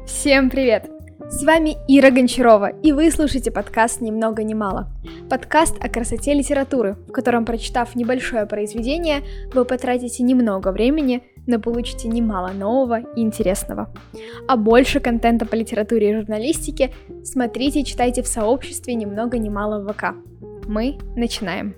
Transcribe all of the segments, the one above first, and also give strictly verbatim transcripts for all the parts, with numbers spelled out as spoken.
Всем привет! С вами Ира Гончарова, и вы слушаете подкаст «Ни много ни мало». Подкаст о красоте литературы, в котором, прочитав небольшое произведение, вы потратите немного времени, но получите немало нового и интересного. А больше контента по литературе и журналистике смотрите и читайте в сообществе «Ни много ни мало» в ВК. Мы начинаем.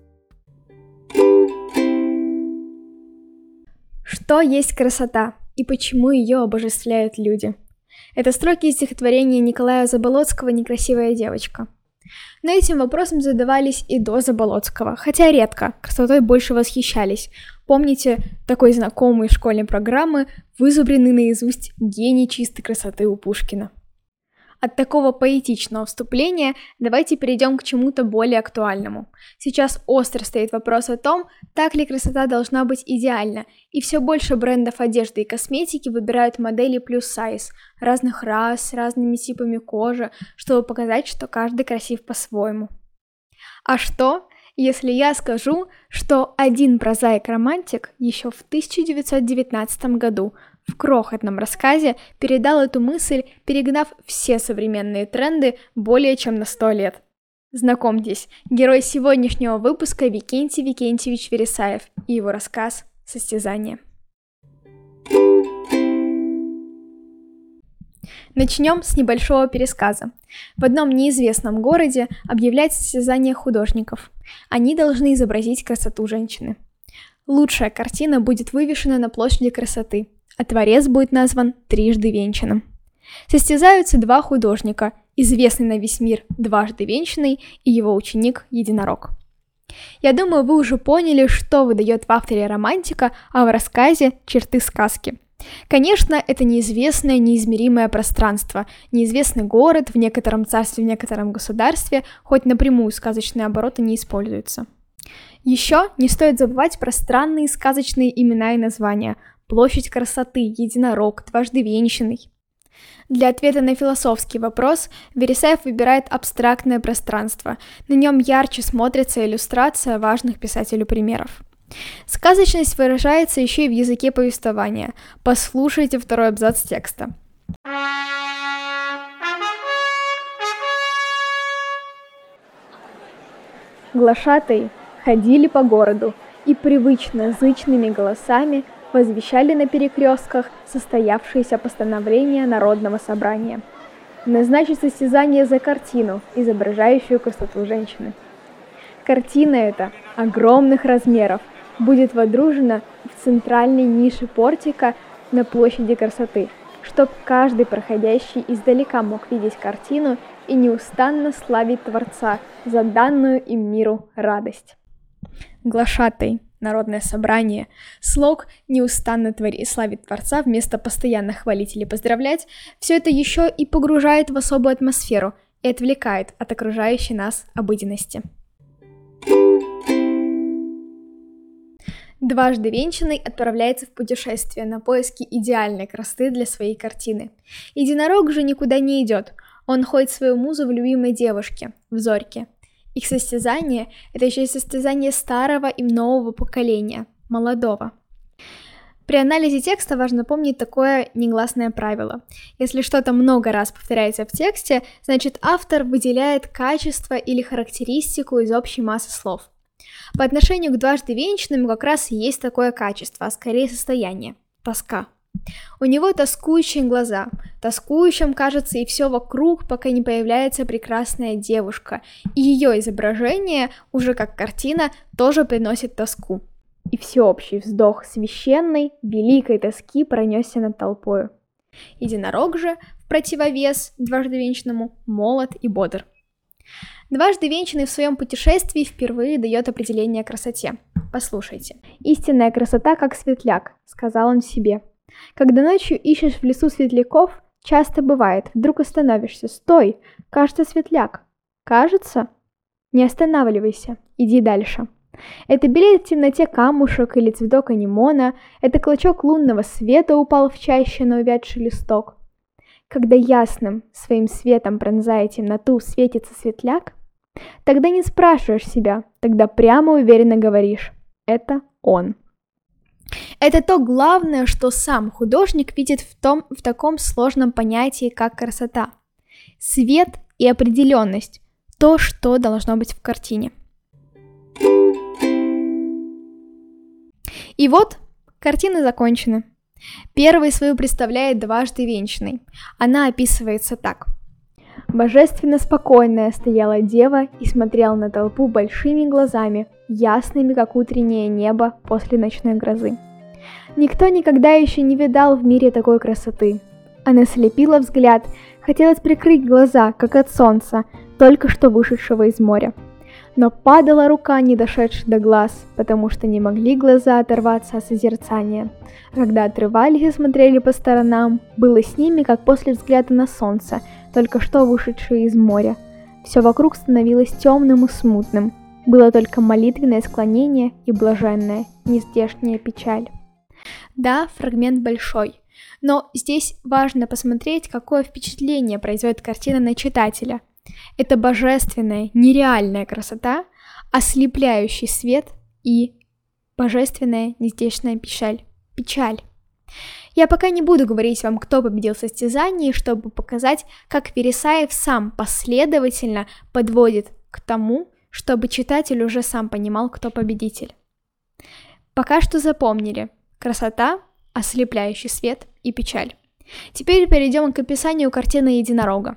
Что есть красота и почему ее обожествляют люди? Это строки из стихотворения Николая Заболоцкого «Некрасивая девочка». Но этим вопросом задавались и до Заболоцкого, хотя редко, красотой больше восхищались. Помните такой знакомый из школьной программы, вызубренный наизусть гений чистой красоты у Пушкина? От такого поэтичного вступления давайте перейдем к чему-то более актуальному. Сейчас остро стоит вопрос о том, так ли красота должна быть идеальна, и все больше брендов одежды и косметики выбирают модели плюс-сайз, разных рас, с разными типами кожи, чтобы показать, что каждый красив по-своему. А что, если я скажу, что один прозаик-романтик еще в тысяча девятьсот девятнадцатом году в крохотном рассказе передал эту мысль, перегнав все современные тренды более чем на сто лет. Знакомьтесь, герой сегодняшнего выпуска Викентий Викентьевич Вересаев и его рассказ «Состязание». Начнем с небольшого пересказа. В одном неизвестном городе объявляется состязание художников. Они должны изобразить красоту женщины. Лучшая картина будет вывешена на площади красоты, а творец будет назван трижды венчанным. Состязаются два художника, известный на весь мир дважды венчанный и его ученик Единорог. Я думаю, вы уже поняли, что выдает в авторе романтика, а в рассказе черты сказки. Конечно, это неизвестное, неизмеримое пространство, неизвестный город в некотором царстве, в некотором государстве, хоть напрямую сказочные обороты не используются. Еще не стоит забывать про странные сказочные имена и названия: площадь красоты, единорог, дважды венчанный. Для ответа на философский вопрос Вересаев выбирает абстрактное пространство, на нем ярче смотрится иллюстрация важных писателю примеров. Сказочность выражается еще и в языке повествования. Послушайте второй абзац текста. Глашатаи ходили по городу и привычно зычными голосами возвещали на перекрестках состоявшееся постановление Народного собрания. Назначить состязание за картину, изображающую красоту женщины. Картина эта огромных размеров будет водружена в центральной нише портика на площади красоты, чтоб каждый проходящий издалека мог видеть картину и неустанно славить Творца за данную им миру радость. Глашатай, Народное собрание, слог «неустанно твори, славить Творца» вместо постоянно хвалить или поздравлять, все это еще и погружает в особую атмосферу и отвлекает от окружающей нас обыденности. Дважды венчанный отправляется в путешествие на поиски идеальной красоты для своей картины. Единорог же никуда не идет, он ходит свою музу в любимой девушке, в Зорьке. Их состязание – это еще и состязание старого и нового поколения, молодого. При анализе текста важно помнить такое негласное правило. Если что-то много раз повторяется в тексте, значит автор выделяет качество или характеристику из общей массы слов. По отношению к дважды венчанному как раз есть такое качество, а скорее состояние – тоска. У него тоскующие глаза, тоскующим кажется и все вокруг, пока не появляется прекрасная девушка, и ее изображение, уже как картина, тоже приносит тоску. И всеобщий вздох священной, великой тоски пронесся над толпою. Единорог же, в противовес дважды венчанному, молод и бодр. Дважды венчанный в своем путешествии впервые дает определение красоте. Послушайте. «Истинная красота, как светляк», — сказал он себе. «Когда ночью ищешь в лесу светляков, часто бывает, вдруг остановишься. Стой! Кажется, светляк. Кажется? Не останавливайся, иди дальше. Это белеет в темноте камушек или цветок анимона, это клочок лунного света упал в чаще на увядший листок. Когда ясным своим светом пронзая темноту светится светляк, тогда не спрашиваешь себя, тогда прямо уверенно говоришь: это он». Это то главное, что сам художник видит в, том, в таком сложном понятии, как красота. Свет и определенность – то, что должно быть в картине. И вот, картина закончена. Первой свою представляет дважды венчанной. Она описывается так. Божественно спокойная стояла дева и смотрела на толпу большими глазами, ясными, как утреннее небо после ночной грозы. Никто никогда еще не видал в мире такой красоты. Она слепила взгляд, хотелось прикрыть глаза, как от солнца, только что вышедшего из моря. Но падала рука, не дошедшая до глаз, потому что не могли глаза оторваться от созерцания. Когда отрывались и смотрели по сторонам, было с ними, как после взгляда на солнце, только что вышедшее из моря. Все вокруг становилось темным и смутным. Было только молитвенное склонение и блаженная, нездешняя печаль. Да, фрагмент большой, но здесь важно посмотреть, какое впечатление производит картина на читателя. Это божественная, нереальная красота, ослепляющий свет и божественная, нездешняя печаль. Печаль. Я пока не буду говорить вам, кто победил в состязании, чтобы показать, как Вересаев сам последовательно подводит к тому, чтобы читатель уже сам понимал, кто победитель. Пока что запомнили красота, ослепляющий свет и печаль. Теперь перейдем к описанию картины единорога.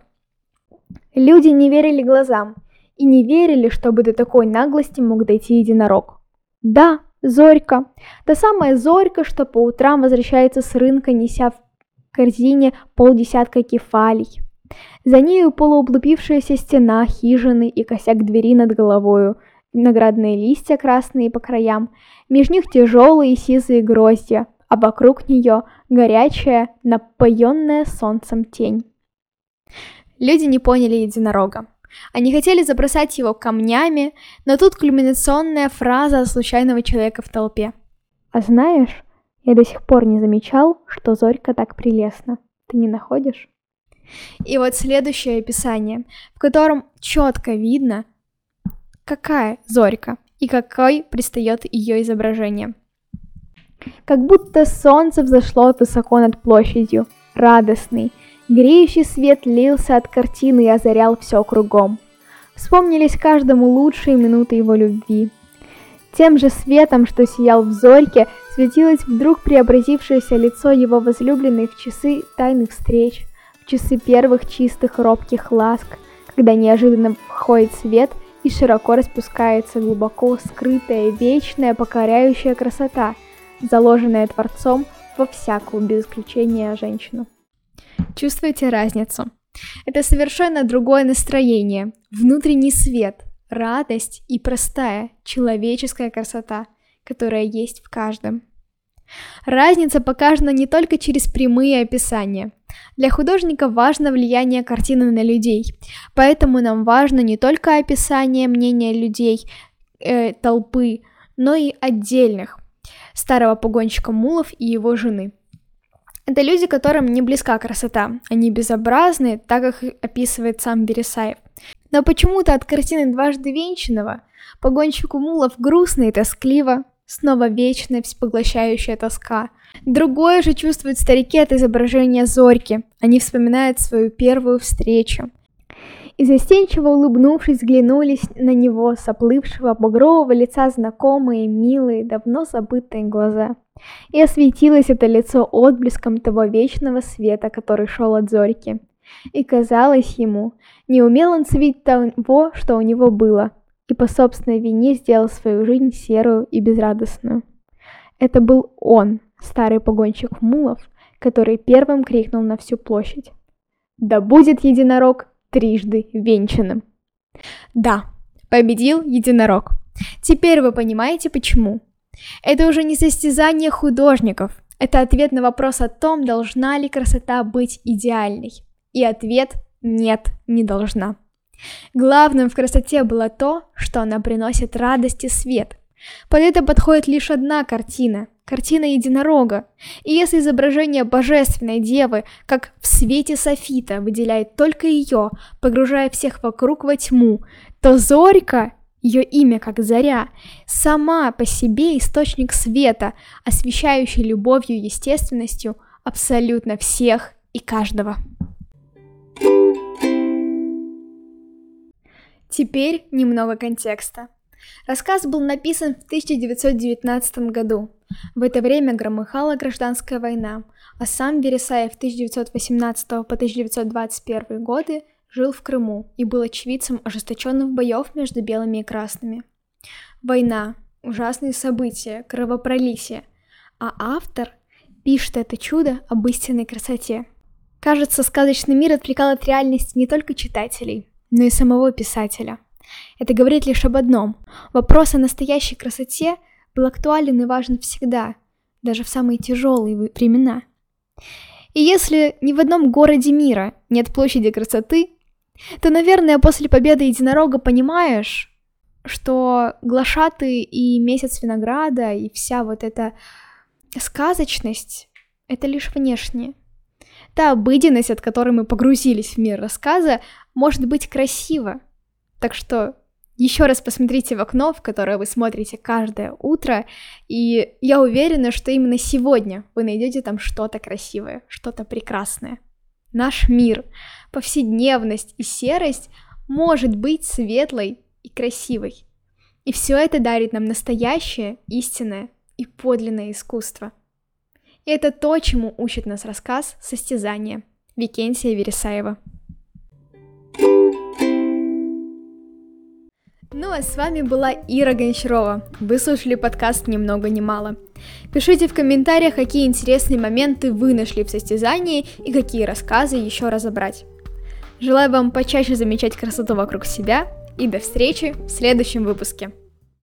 Люди не верили глазам и не верили, чтобы до такой наглости мог дойти единорог. Да, Зорька, та самая Зорька, что по утрам возвращается с рынка, неся в корзине полдесятка кефалий. За нею полууглубившаяся стена хижины и косяк двери над головою, виноградные листья красные по краям, меж них тяжелые сизые гроздья, а вокруг нее горячая, напоенная солнцем тень. Люди не поняли единорога. Они хотели забросать его камнями, но тут кульминационная фраза случайного человека в толпе. «А знаешь, я до сих пор не замечал, что Зорька так прелестна. Ты не находишь?» И вот следующее описание, в котором четко видно, какая Зорька и какой предстает ее изображение. Как будто солнце взошло высоко над площадью, радостный, греющий свет лился от картины и озарял все кругом. Вспомнились каждому лучшие минуты его любви. Тем же светом, что сиял в Зорьке, светилось вдруг преобразившееся лицо его возлюбленной в часы тайных встреч, в часы первых чистых робких ласк, когда неожиданно входит свет и широко распускается глубоко скрытая, вечная, покоряющая красота, заложенная Творцом во всякую, без исключения, женщину. Чувствуете разницу? Это совершенно другое настроение, внутренний свет, радость и простая человеческая красота, которая есть в каждом. Разница показана не только через прямые описания. Для художника важно влияние картины на людей, поэтому нам важно не только описание мнения людей, э, толпы, но и отдельных, старого погонщика мулов и его жены. Это люди, которым не близка красота, они безобразны, так как описывает сам Вересаев. Но почему-то от картины дважды венчанного погонщику мулов грустно и тоскливо, снова вечная всепоглощающая тоска. Другое же чувствуют старики от изображения Зорьки, они вспоминают свою первую встречу. И застенчиво улыбнувшись, взглянулись на него с оплывшего багрового лица знакомые, милые, давно забытые глаза. И осветилось это лицо отблеском того вечного света, который шел от Зорьки. И казалось ему, не умел он ценить того, что у него было, и по собственной вине сделал свою жизнь серую и безрадостную. Это был он, старый погонщик мулов, который первым крикнул на всю площадь: «Да будет единорог трижды венчанным!» Да, победил единорог. Теперь вы понимаете, почему. Это уже не состязание художников, это ответ на вопрос о том, должна ли красота быть идеальной. И ответ – нет, не должна. Главным в красоте было то, что она приносит радость и свет. Под это подходит лишь одна картина – картина единорога. И если изображение божественной девы, как в свете софита, выделяет только ее, погружая всех вокруг во тьму, то Зорька Ее имя как заря, сама по себе источник света, освещающий любовью и естественностью абсолютно всех и каждого. Теперь немного контекста. Рассказ был написан в тысяча девятьсот девятнадцатом году. В это время громыхала гражданская война, а сам Вересаев с тысяча девятьсот восемнадцатого по тысяча девятьсот двадцать первый годы жил в Крыму и был очевидцем ожесточенных боев между белыми и красными. Война, ужасные события, кровопролитие, а автор пишет это чудо об истинной красоте. Кажется, сказочный мир отвлекал от реальности не только читателей, но и самого писателя. Это говорит лишь об одном. Вопрос о настоящей красоте был актуален и важен всегда, даже в самые тяжелые времена. И если ни в одном городе мира нет площади красоты, то, наверное, после победы единорога понимаешь, что глашатый и месяц винограда и вся вот эта сказочность — это лишь внешнее. Та обыденность, от которой мы погрузились в мир рассказа, может быть красива. Так что еще раз посмотрите в окно, в которое вы смотрите каждое утро, и я уверена, что именно сегодня вы найдете там что-то красивое, что-то прекрасное. Наш мир, повседневность и серость может быть светлой и красивой. И все это дарит нам настоящее, истинное и подлинное искусство. И это то, чему учит нас рассказ «Состязание» Викентия Вересаева. Ну а с вами была Ира Гончарова. Вы слушали подкаст «Ни много ни мало». Пишите в комментариях, какие интересные моменты вы нашли в состязании и какие рассказы еще разобрать. Желаю вам почаще замечать красоту вокруг себя и до встречи в следующем выпуске.